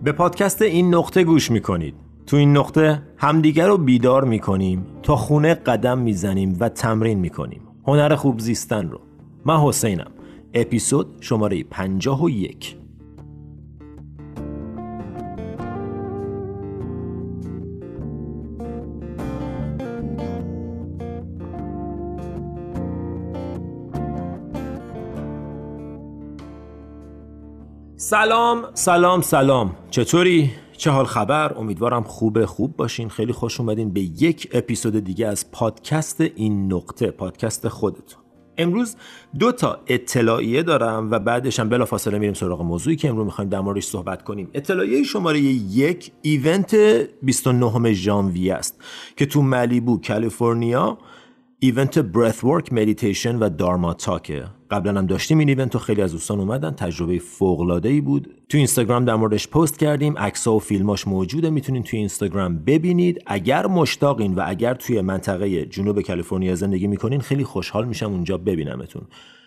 به پادکست این نقطه گوش میکنید. تو این نقطه همدیگر رو بیدار میکنیم، تا خونه قدم میزنیم و تمرین میکنیم هنر خوب زیستن رو. من حسینم. اپیزود شماره 51. سلام. چطوری؟ چه حال خبر؟ امیدوارم خوب باشین. خیلی خوش اومدین به یک اپیزود دیگه از پادکست این نقطه، پادکست خودتون. امروز 2 اطلاعیه دارم و بعدش هم بلافاصله میریم سراغ موضوعی که امروز میخوایم در موردش صحبت کنیم. اطلاعیه شماره 1 ایونت 29 ژانویه است که تو مالیبو کالیفرنیا ایونت برثورک مدیتیشن و دارما تاکه. قبلا هم داشتیم این ایونت و خیلی از دوستان اومدن، تجربه فوق‌العاده‌ای بود. تو اینستاگرام در موردش پست کردیم، عکس‌ها و فیلماش موجوده، میتونین تو اینستاگرام ببینید. اگر مشتاقین و اگر توی منطقه جنوب کالیفرنیا زندگی میکنین خیلی خوشحال میشم اونجا ببینمتون.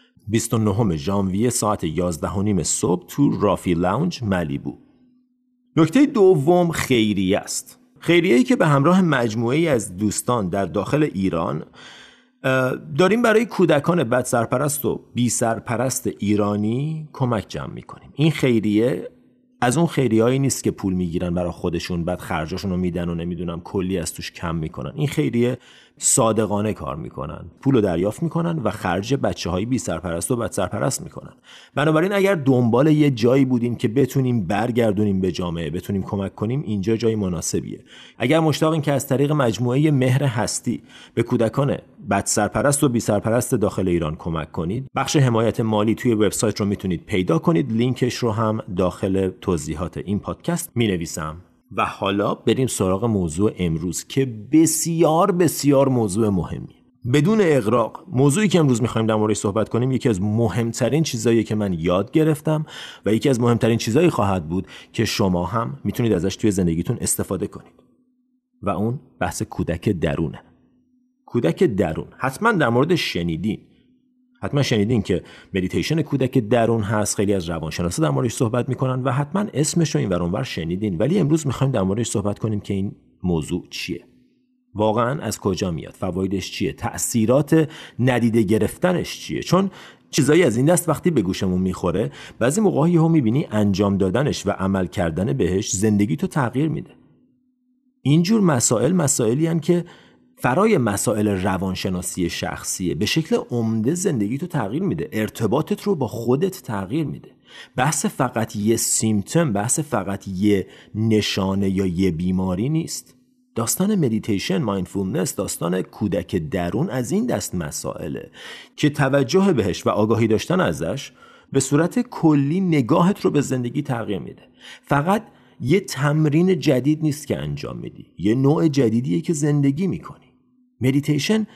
29 ژانویه ساعت 11:30 صبح تو رافی لاونج مالیبو. نکته دوم خیریه است. خیریه‌ای که به همراه مجموعه‌ای از دوستان در داخل ایران داریم برای کودکان بد سرپرست و بی سرپرست ایرانی کمک جمع میکنیم. این خیریه از اون خیریه‌ای نیست که پول میگیرن برای خودشون بعد خرجاشون رو میدن و نمیدونم کلی از توش کم میکنن. این خیریه صادقانه کار میکنن، پول رو دریافت میکنن و خرج بچه‌های بی سرپرست و بد سرپرست میکنن. بنابراین اگر دنبال یه جایی بودین که بتونیم برگردونیم به جامعه، بتونیم کمک کنیم، اینجا جای مناسبیه. اگر مشتاقین که از طریق مجموعه مهر هستی به کودکان بد سرپرست و بی سرپرست داخل ایران کمک کنید، بخش حمایت مالی توی وبسایت رو میتونید پیدا کنید. لینکش رو هم داخل توضیحات این پادکست مینویسم. و حالا بریم سراغ موضوع امروز که بسیار موضوع مهمی. بدون اغراق، موضوعی که امروز میخوایم در موردش صحبت کنیم یکی از مهمترین چیزاییه که من یاد گرفتم و یکی از مهمترین چیزایی خواهد بود که شما هم میتونید ازش توی زندگیتون استفاده کنید. و اون بحث کودک درونه. کودک درون. حتما در مورد شنیدین که مدیتیشن کودک درون هست. خیلی از روانشناسا در موردش صحبت میکنن و حتما اسمش رو این ور اون ور شنیدین. ولی امروز میخوایم در موردش صحبت کنیم که این موضوع چیه؟ واقعا از کجا میاد؟ فوایدش چیه؟ تأثیرات ندیده گرفتنش چیه؟ چون چیزایی از این دست وقتی به گوشمون میخوره، بعضی موقعا یهو میبینی انجام دادنش و عمل کردن بهش زندگی تو تغییر میده. اینجور مسائلی هستن که فرای مسائل روانشناسی شخصیه، به شکل عمده زندگی تو تغییر میده، ارتباطت رو با خودت تغییر میده. بحث فقط یه سیمتوم، بحث فقط یه نشانه یا یه بیماری نیست. داستان مدیتیشن، مایندفولنس، داستان کودک درون از این دست مسائله که توجه بهش و آگاهی داشتن ازش به صورت کلی نگاهت رو به زندگی تغییر میده. فقط یه تمرین جدید نیست که انجام میدی، یه نوع جدیدیه که زندگی میکنی. مدیتیشن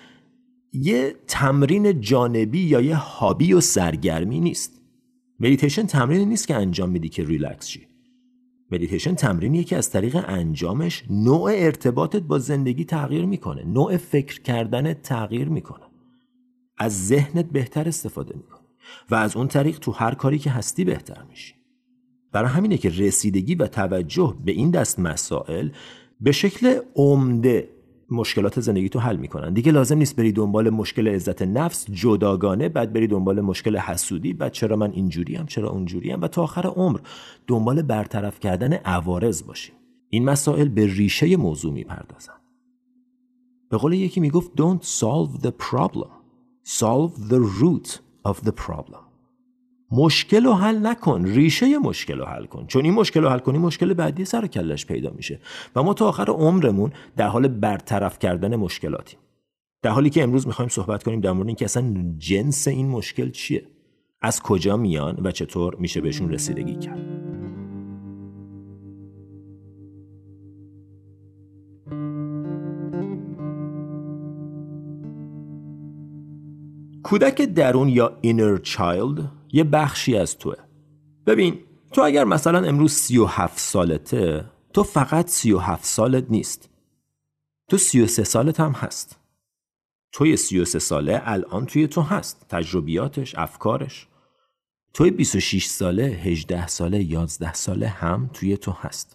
یه تمرین جانبی یا یه هابی و سرگرمی نیست. مدیتیشن تمرینی نیست که انجام میدی که ریلکس شی. مدیتیشن تمرینیه که از طریق انجامش نوع ارتباطت با زندگی تغییر میکنه، نوع فکر کردن تغییر میکنه، از ذهنت بهتر استفاده میکنی و از اون طریق تو هر کاری که هستی بهتر میشی. برای همینه که رسیدگی و توجه به این دست مسائل به شکل عمده مشکلات زندگی تو حل میکنن. دیگه لازم نیست بری دنبال مشکل عزت نفس جداگانه، بعد بری دنبال مشکل حسودی، بعد چرا من اینجوریم، چرا اونجوریم، و تا آخر عمر دنبال برطرف کردن عوارض باشی. این مسائل به ریشه موضوع میپردازن. به قول یکی میگفت don't solve the problem, solve the root of the problem. مشکل رو حل نکن، ریشه مشکل رو حل کن. چون این مشکل رو حل کنی، مشکل بعدی سر کلش پیدا میشه و ما تا آخر عمرمون در حال برطرف کردن مشکلاتیم. در حالی که امروز میخوایم صحبت کنیم در مورد اینکه اصلا جنس این مشکل چیه، از کجا میان و چطور میشه بهشون رسیدگی کرد. کودک درون یا inner child یه بخشی از توه. ببین، تو اگر مثلا امروز 37 سالته، تو فقط 37 سالت نیست، تو 33 سالت هم هست. توی 33 ساله الان توی تو هست، تجربیاتش، افکارش. توی 26 ساله، 18 ساله، 11 ساله هم توی تو هست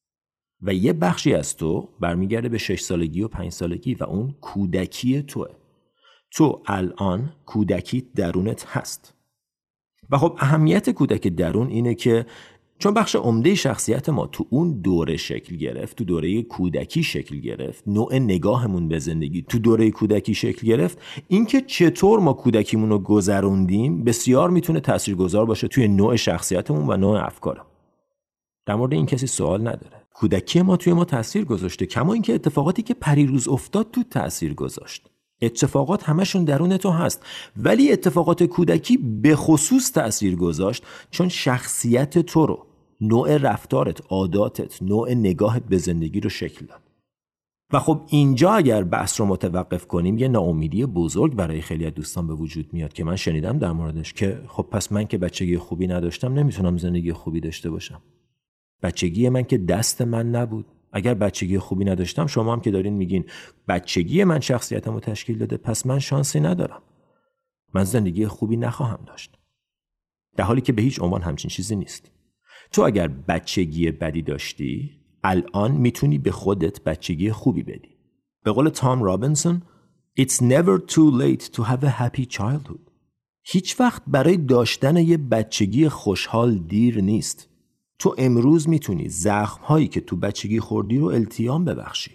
و یه بخشی از تو برمیگرده به 6 سالگی و 5 سالگی و اون کودکی توه. تو الان کودکیت درونت هست و خب اهمیت کودک درون اینه که چون بخش عمده شخصیت ما تو اون دوره شکل گرفت، تو دوره کودکی شکل گرفت، نوع نگاهمون به زندگی تو دوره کودکی شکل گرفت، اینکه چطور ما کودکیمون رو گذروندیم بسیار میتونه تاثیرگذار باشه توی نوع شخصیتمون و نوع افکارمون. در مورد این کسی سوال نداره. کودکی ما توی ما تاثیر گذاشته، کما اینکه اتفاقاتی که پریروز افتاد تو تاثیر گذاشت. اتفاقات همشون درون تو هست، ولی اتفاقات کودکی به خصوص تأثیر گذاشت چون شخصیت تو رو، نوع رفتارت، عاداتت، نوع نگاهت به زندگی رو شکل داد. و خب اینجا اگر بحث رو متوقف کنیم یه ناامیدی بزرگ برای خیلی از دوستان به وجود میاد که من شنیدم در موردش که خب پس من که بچگی خوبی نداشتم نمیتونم زندگی خوبی داشته باشم. بچگی من که دست من نبود. اگر بچگی خوبی نداشتم، شما هم که دارین میگین بچگی من شخصیتمو تشکیل داده، پس من شانسی ندارم، من زندگی خوبی نخواهم داشت. در حالی که به هیچ عنوان همچین چیزی نیست. تو اگر بچگی بدی داشتی، الان میتونی به خودت بچگی خوبی بدی. به قول تام رابینسون It's never too late to have a happy childhood. هیچ وقت برای داشتن یه بچگی خوشحال دیر نیست. تو امروز میتونی زخم‌هایی که تو بچگی خوردی رو التیام ببخشی.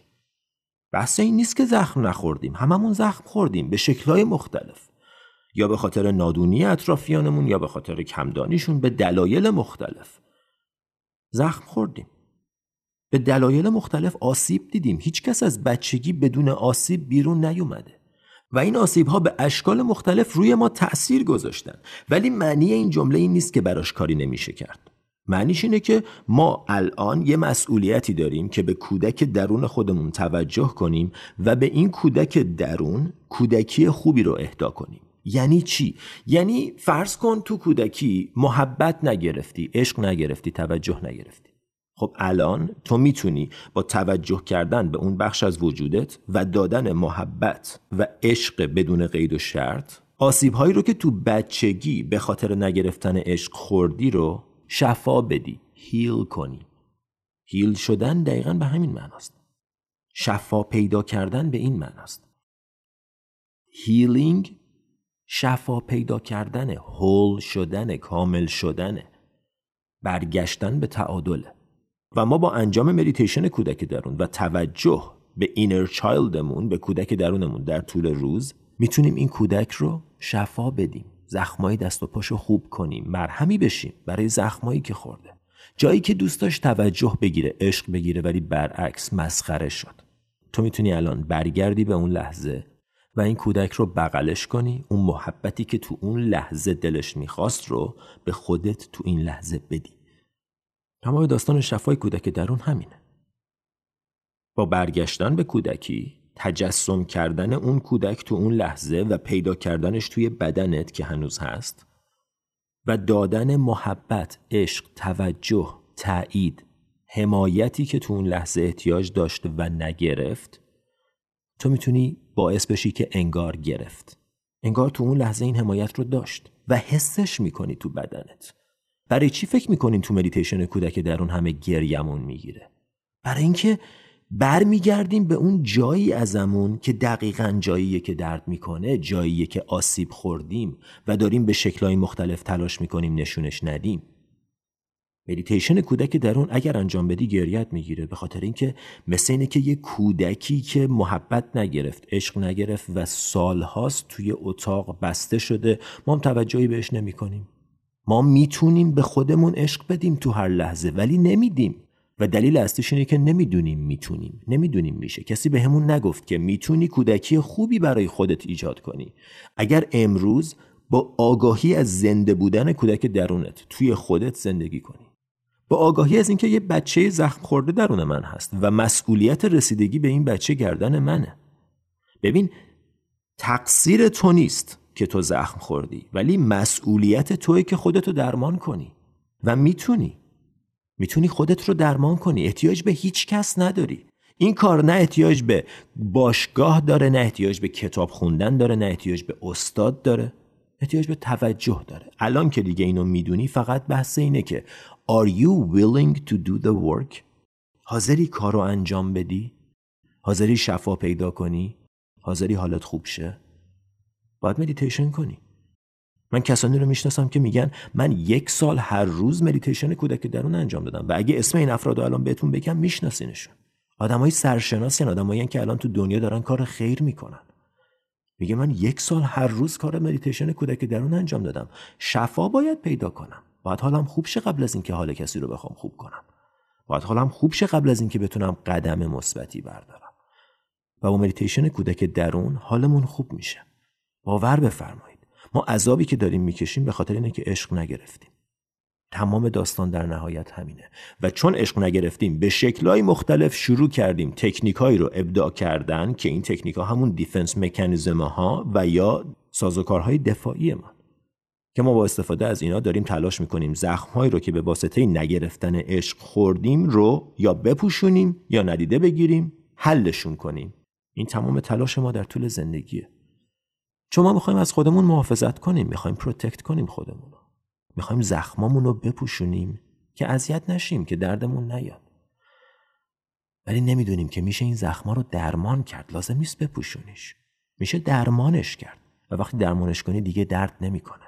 بحث این نیست که زخم نخوردیم، هممون زخم خوردیم به شکل‌های مختلف، یا به خاطر نادونی اطرافیانمون یا به خاطر کمدانیشون، به دلایل مختلف زخم خوردیم، به دلایل مختلف آسیب دیدیم. هیچ کس از بچگی بدون آسیب بیرون نیومده و این آسیب‌ها به اشکال مختلف روی ما تأثیر گذاشتن، ولی معنی این جمله این نیست که براش کاری نمیشه کرد. معنیش اینه که ما الان یه مسئولیتی داریم که به کودک درون خودمون توجه کنیم و به این کودک درون کودکی خوبی رو اهدا کنیم. یعنی چی؟ یعنی فرض کن تو کودکی محبت نگرفتی، عشق نگرفتی، توجه نگرفتی. خب الان تو میتونی با توجه کردن به اون بخش از وجودت و دادن محبت و عشق بدون قید و شرط، آسیب‌هایی رو که تو بچگی به خاطر نگرفتن عشق خوردی رو شفا بدی، هیل کنی. هیل شدن دقیقاً به همین معناست. شفا پیدا کردن به این معناست. هیلینگ شفا پیدا کردن، هول شدن، کامل شدن، برگشتن به تعادله. و ما با انجام مدیتیشن کودک درون و توجه به اینر چایلدمون، به کودک درونمون در طول روز، میتونیم این کودک رو شفا بدیم، زخمای دست و پاشو خوب کنیم، مرهمی بشیم برای زخمایی که خورده. جایی که دوست داشت توجه بگیره، عشق بگیره، ولی برعکس مسخره شد. تو میتونی الان برگردی به اون لحظه و این کودک رو بغلش کنی، اون محبتی که تو اون لحظه دلش میخواست رو به خودت تو این لحظه بدی. تمام داستان شفای کودک درون همینه. با برگشتن به کودکی، تجسم کردن اون کودک تو اون لحظه و پیدا کردنش توی بدنت که هنوز هست و دادن محبت، عشق، توجه، تایید، حمایتی که تو اون لحظه احتیاج داشت و نگرفت، تو میتونی باعث بشی که انگار گرفت. انگار تو اون لحظه این حمایت رو داشت و حسش میکنی تو بدنت. برای چی فکر میکنین تو مدیتیشن کودک درون همه گریمون میگیره؟ برای اینکه برمیگردیم به اون جایی ازمون که دقیقاً جاییه که درد میکنه، جاییه که آسیب خوردیم و داریم به شکل‌های مختلف تلاش میکنیم نشونش ندیم. مدیتیشن کودک درون اگر انجام بدی گریت میگیره، به خاطر اینکه مثل اینه که یه کودکی که محبت نگرفت، عشق نگرفت و سالهاست توی اتاق بسته شده، ما هم توجهی بهش نمیکنیم. ما میتونیم به خودمون عشق بدیم تو هر لحظه ولی نمیدیم و دلیل اصلیش اینه که نمیدونیم میتونیم، نمیدونیم میشه. کسی به همون نگفت که میتونی کودکی خوبی برای خودت ایجاد کنی. اگر امروز با آگاهی از زنده بودن کودک درونت توی خودت زندگی کنی، با آگاهی از اینکه یه بچه زخم خورده درون من هست و مسئولیت رسیدگی به این بچه گردن منه. ببین، تقصیر تو نیست که تو زخم خوردی، ولی مسئولیت توئه که خودتو درمان کنی و میتونی خودت رو درمان کنی. احتیاج به هیچ کس نداری. این کار نه احتیاج به باشگاه داره، نه احتیاج به کتاب خوندن داره، نه احتیاج به استاد داره. احتیاج به توجه داره. الان که دیگه اینو میدونی فقط بحث اینه که Are you willing to do the work؟ حاضری کارو انجام بدی؟ حاضری شفا پیدا کنی؟ حاضری حالت خوب شه؟ باید مدیتیشن کنی. من کسانی رو میشناسم که میگن من 1 سال هر روز مدیتیشن کودک درون انجام دادم و اگه اسم این افراد رو الان بهتون بگم میشناسینشون. آدمای سرشناسی ان، آدمایی که الان تو دنیا دارن کار خیر میکنن. میگه من 1 سال هر روز کار مدیتیشن کودک درون انجام دادم. شفا باید پیدا کنم. باید حالم خوب شه قبل از اینکه حال کسی رو بخوام خوب کنم. باید حالم خوب شه قبل از اینکه بتونم قدم مثبتی بردارم. و با مدیتیشن کودک درون حالمون خوب میشه. باور بفرمایید ما عذابی که داریم میکشیم به خاطر اینه که عشق نگرفتیم. تمام داستان در نهایت همینه. و چون عشق نگرفتیم به شکل‌های مختلف شروع کردیم تکنیکایی رو ابداع کردن که این تکنیک‌ها همون دیفنس مکانیزم‌ها و یا سازوکارهای دفاعی ما که ما با استفاده از اینا داریم تلاش میکنیم زخم‌هایی رو که به واسطه نگرفتن عشق خوردیم رو یا بپوشونیم یا ندیده بگیریم، حلشون کنیم. این تمام تلاش ما در طول زندگیه. چون ما میخوایم از خودمون محافظت کنیم، میخوایم پروتکت کنیم خودمون رو. میخوایم زخمامون رو بپوشونیم که اذیت نشیم، که دردمون نیاد. ولی نمیدونیم که میشه این زخما رو درمان کرد. لازم نیست بپوشونیش. میشه درمانش کرد. و وقتی درمانش کنی دیگه درد نمیکنه.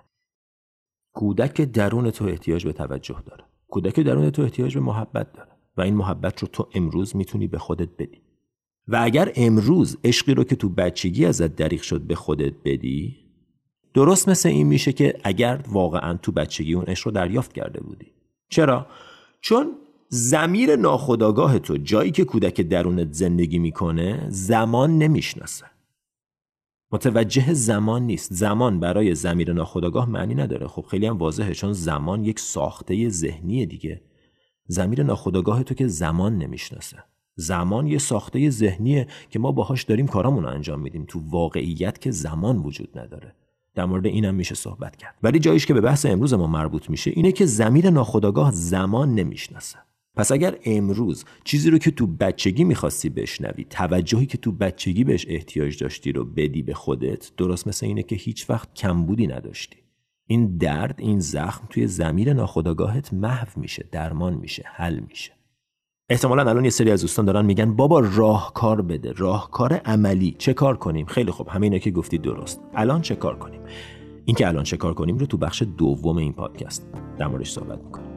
کودک درون تو احتیاج به توجه داره. کودک درون تو احتیاج به محبت داره. و این محبت رو تو امروز میتونی به خودت بدی. و اگر امروز عشقی رو که تو بچگی ازت دریغ شد به خودت بدی، درست مثل این میشه که اگر واقعا تو بچگی اون عشق رو دریافت کرده بودی. چرا؟ چون ضمیر ناخودآگاه تو، جایی که کودک درونت زندگی میکنه، زمان نمیشناسه. متوجه زمان نیست. زمان برای ضمیر ناخودآگاه معنی نداره. خب خیلی هم واضحه، چون زمان یک ساخته ذهنیه دیگه. ضمیر ناخودآگاه تو که زمان نمیشناسه. زمان یه ساخته ذهنیه که ما باهاش داریم کارامون رو انجام میدیم. تو واقعیت که زمان وجود نداره. در مورد اینم میشه صحبت کرد. ولی جاییش که به بحث امروز ما مربوط میشه اینه که ضمیر ناخودآگاه زمان نمیشناسه. پس اگر امروز چیزی رو که تو بچگی میخواستی بشنوی، توجهی که تو بچگی بهش احتیاج داشتی رو بدی به خودت، درست مثل اینه که هیچ وقت کمبودی نداشتی. این درد، این زخم توی ضمیر ناخودآگاهت محو میشه، درمان میشه، حل میشه. احتمالاً الان یه سری از دوستان دارن میگن بابا راهکار بده، راهکار عملی. چه کار کنیم؟ خیلی خوب، همه اینا که گفتی درست. الان چه کار کنیم؟ این که الان چه کار کنیم رو تو بخش دوم این پادکست در موردش صحبت میکنیم.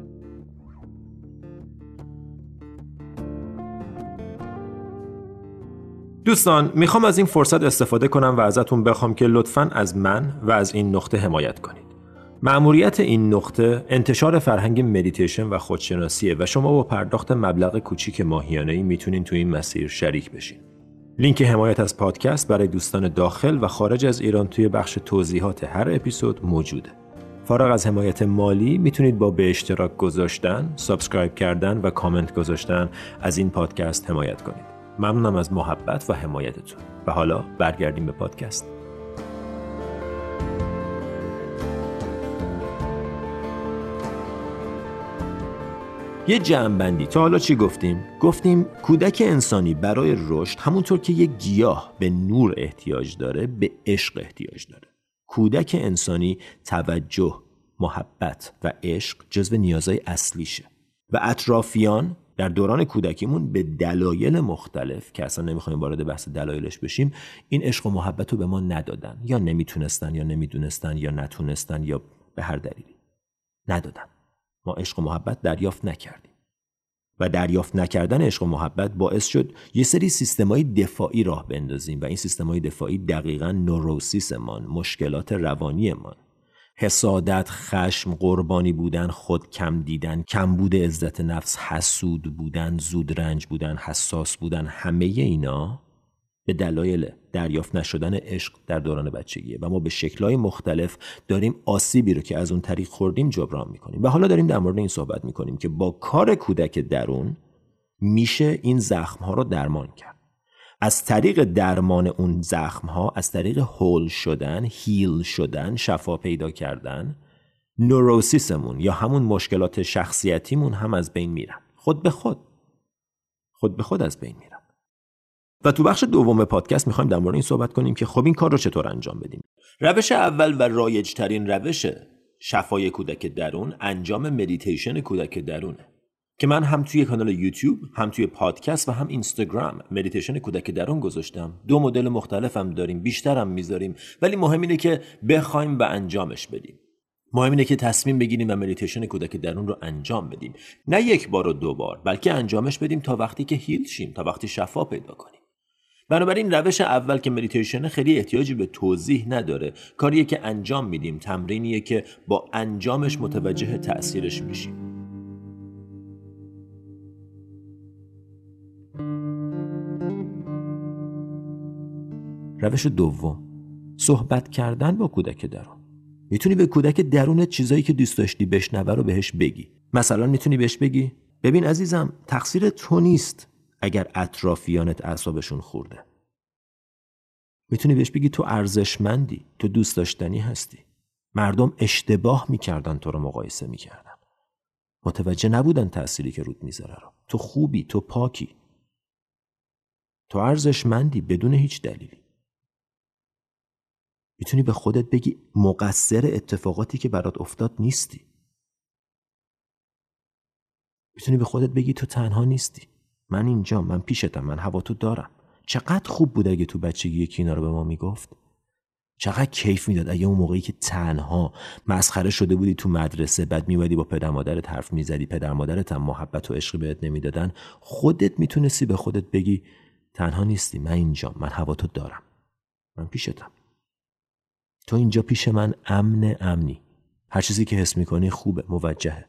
دوستان، میخوام از این فرصت استفاده کنم و ازتون بخوام که لطفاً از من و از این نقطه حمایت کنید. مأموریت این نقطه انتشار فرهنگ مدیتیشن و خودشناسیه و شما با پرداخت مبلغ کوچیک ماهیانه‌ای میتونین تو این مسیر شریک بشین. لینک حمایت از پادکست برای دوستان داخل و خارج از ایران توی بخش توضیحات هر اپیزود موجوده. فارغ از حمایت مالی میتونید با به اشتراک گذاشتن، سابسکرایب کردن و کامنت گذاشتن از این پادکست حمایت کنید. ممنونم از محبت و حمایتتون. و حالا برگردیم به پادکست. یه جمع‌بندی. تا حالا چی گفتیم؟ گفتیم کودک انسانی برای رشد همونطور که یه گیاه به نور احتیاج داره، به عشق احتیاج داره. کودک انسانی توجه، محبت و عشق جزو نیازهای اصلیشه. و اطرافیان در دوران کودکیمون به دلایل مختلف که اصلا نمیخوایم وارد بحث دلایلش بشیم، این عشق و محبت رو به ما ندادن. یا نمیتونستن یا نمیدونستن یا نتونستن یا به هر دلیلی ندادن. ما عشق و محبت دریافت نکردیم. و دریافت نکردن عشق و محبت باعث شد یه سری سیستم‌های دفاعی راه بندازیم و این سیستم‌های دفاعی دقیقاً نوروسیسمان، مشکلات روانیمان، حسادت، خشم، قربانی بودن، خود کم دیدن، کمبود عزت نفس، حسود بودن، زود رنج بودن، حساس بودن، همه اینا به دلایل دریافت نشدن عشق در دوران بچگیه و ما به شکل‌های مختلف داریم آسیبی رو که از اون طریق خوردیم جبران می‌کنیم. و حالا داریم در مورد این صحبت می‌کنیم که با کار کودک درون میشه این زخم‌ها رو درمان کرد. از طریق درمان اون زخم‌ها، از طریق هول شدن، هیل شدن، شفا پیدا کردن، نوروسیسمون یا همون مشکلات شخصیتیمون هم از بین میرن. خود به خود از بین میرن. و تو بخش دوم پادکست میخوایم در مورد این صحبت کنیم که خب این کار رو چطور انجام بدیم. روش اول و رایج‌ترین روش شفای کودک درون انجام مدیتیشن کودک درونه که من هم توی کانال یوتیوب، هم توی پادکست و هم اینستاگرام مدیتیشن کودک درون گذاشتم. 2 مدل مختلفم داریم، بیشترم میذاریم، ولی مهم اینه که بخوایم و انجامش بدیم. مهم اینه که تصمیم بگیریم و مدیتیشن کودک درون رو انجام بدیم، نه 1 بار و 2 بار، بلکه انجامش بدیم تا وقتی که هیل شیم، تا وقتی شفا پیدا کنیم. بنابراین روش اول که مدیتیشن خیلی احتیاجی به توضیح نداره، کاریه که انجام میدیم، تمرینیه که با انجامش متوجه تأثیرش میشیم. روش دوم، صحبت کردن با کودک درون. میتونی به کودک درونت چیزایی که دوست داشتی بشنوه رو بهش بگی. مثلا میتونی بهش بگی ببین عزیزم، تقصیر تو نیست اگر اطرافیانت اعصابشون خورده. میتونی بهش بگی تو ارزشمندی، تو دوست داشتنی هستی. مردم اشتباه میکردن، تو رو مقایسه میکردن، متوجه نبودن تأثیری که رود میذاره رو. تو خوبی، تو پاکی، تو ارزشمندی بدون هیچ دلیلی. میتونی به خودت بگی مقصر اتفاقاتی که برات افتاد نیستی. میتونی به خودت بگی تو تنها نیستی، من اینجام، من پیشتم، من هوا تو دارم. چقدر خوب بود اگه تو بچگی یکی اینا رو به ما میگفت. چقدر کیف میداد اگه اون موقعی که تنها مسخره شده بودی تو مدرسه، بعد میومدی با پدر مادرت حرف میزدی، پدر مادرت هم محبت و عشقی بهت نمیدادن، خودت میتونستی به خودت بگی تنها نیستی، من اینجام، من هوا تو دارم، من پیشتم، تو اینجا پیش من امنی، هر چیزی که حس میکنی خوبه، موجهه،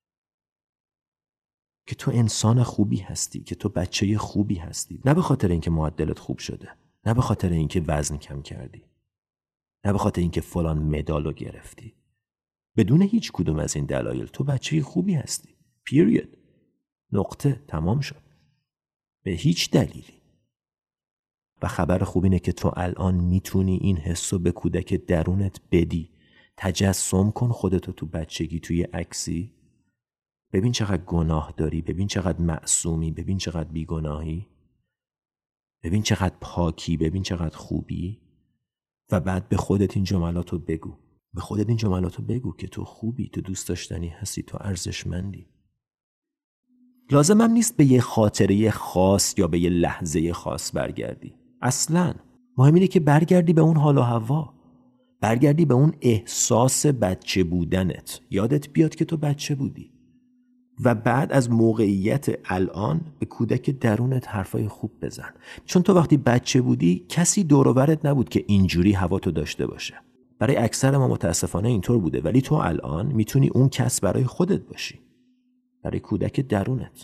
که تو انسان خوبی هستی، که تو بچه خوبی هستی. نه به خاطر اینکه معدلت خوب شده، نه به خاطر اینکه وزن کم کردی، نه به خاطر اینکه فلان مدالو گرفتی. بدون هیچ کدوم از این دلایل تو بچه خوبی هستی. پیریود. نقطه. تمام شد. به هیچ دلیلی. و خبر خوب اینه که تو الان میتونی این حسو به کودک درونت بدی. تجسم کن خودتو تو بچگی توی عکسی. ببین چقدر گناه داری، ببین چقدر معصومی، ببین چقدر بیگناهی، ببین چقدر پاکی، ببین چقدر خوبی. و بعد به خودت این جملاتو بگو. به خودت این جملاتو بگو که تو خوبی، تو دوست داشتنی هستی، تو ارزشمندی. لازم هم نیست به یه خاطره خاص یا به یه لحظه خاص برگردی. اصلاً مهم اینه که برگردی به اون حال و هوا. برگردی به اون احساس بچه بودنت. یادت بیاد که تو بچه بودی. و بعد از موقعیت الان به کودک درونت حرفای خوب بزن. چون تو وقتی بچه بودی کسی دور و برت نبود که اینجوری هوا تو داشته باشه. برای اکثر ما متاسفانه اینطور بوده، ولی تو الان میتونی اون کس برای خودت باشی. برای کودک درونت.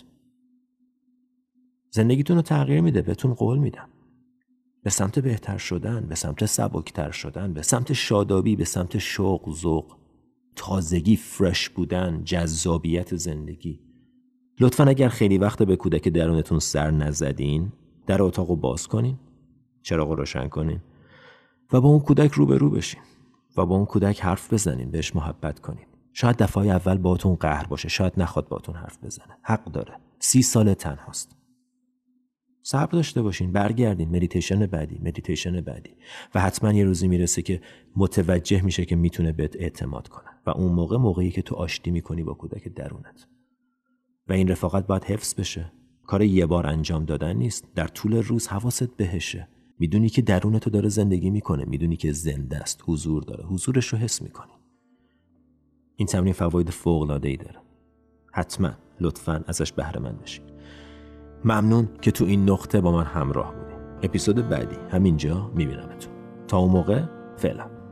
زندگیتون رو تغییر میده، بهتون قول میدم. به سمت بهتر شدن، به سمت سبکتر شدن، به سمت شادابی، به سمت شوق، ذوق، تازگی، فرش بودن، جذابیت زندگی. لطفاً اگر خیلی وقت به کودک درونتون سر نزدین، در اتاقو باز کنین، چراغو روشن کنین و با اون کودک روبرو بشین و با اون کودک حرف بزنین، بهش محبت کنین. شاید دفعه اول باهاتون قهر باشه، شاید نخواد باهاتون حرف بزنه. حق داره. 30 سال تنهاست. صبر داشته باشین، برگردین. مدیتیشن بعدی و حتما یه روزی میرسه که متوجه میشه که میتونه بهت اعتماد کنه و اون موقعی که تو آشتی میکنی با کودک درونت. و این رفاقت باید حفظ بشه. کار یه بار انجام دادن نیست. در طول روز حواست بهشه. میدونی که درونتو داره زندگی میکنه، میدونی که زنده است، حضور داره، حضورش رو حس میکنی. این تمرین فواید فوق‌العاده‌ای داره. حتما لطفاً ازش بهره مند بشین. ممنون که تو این نقطه با من همراه بودین. اپیزود بعدی همینجا میبینمتون. تا اون موقع فعلا.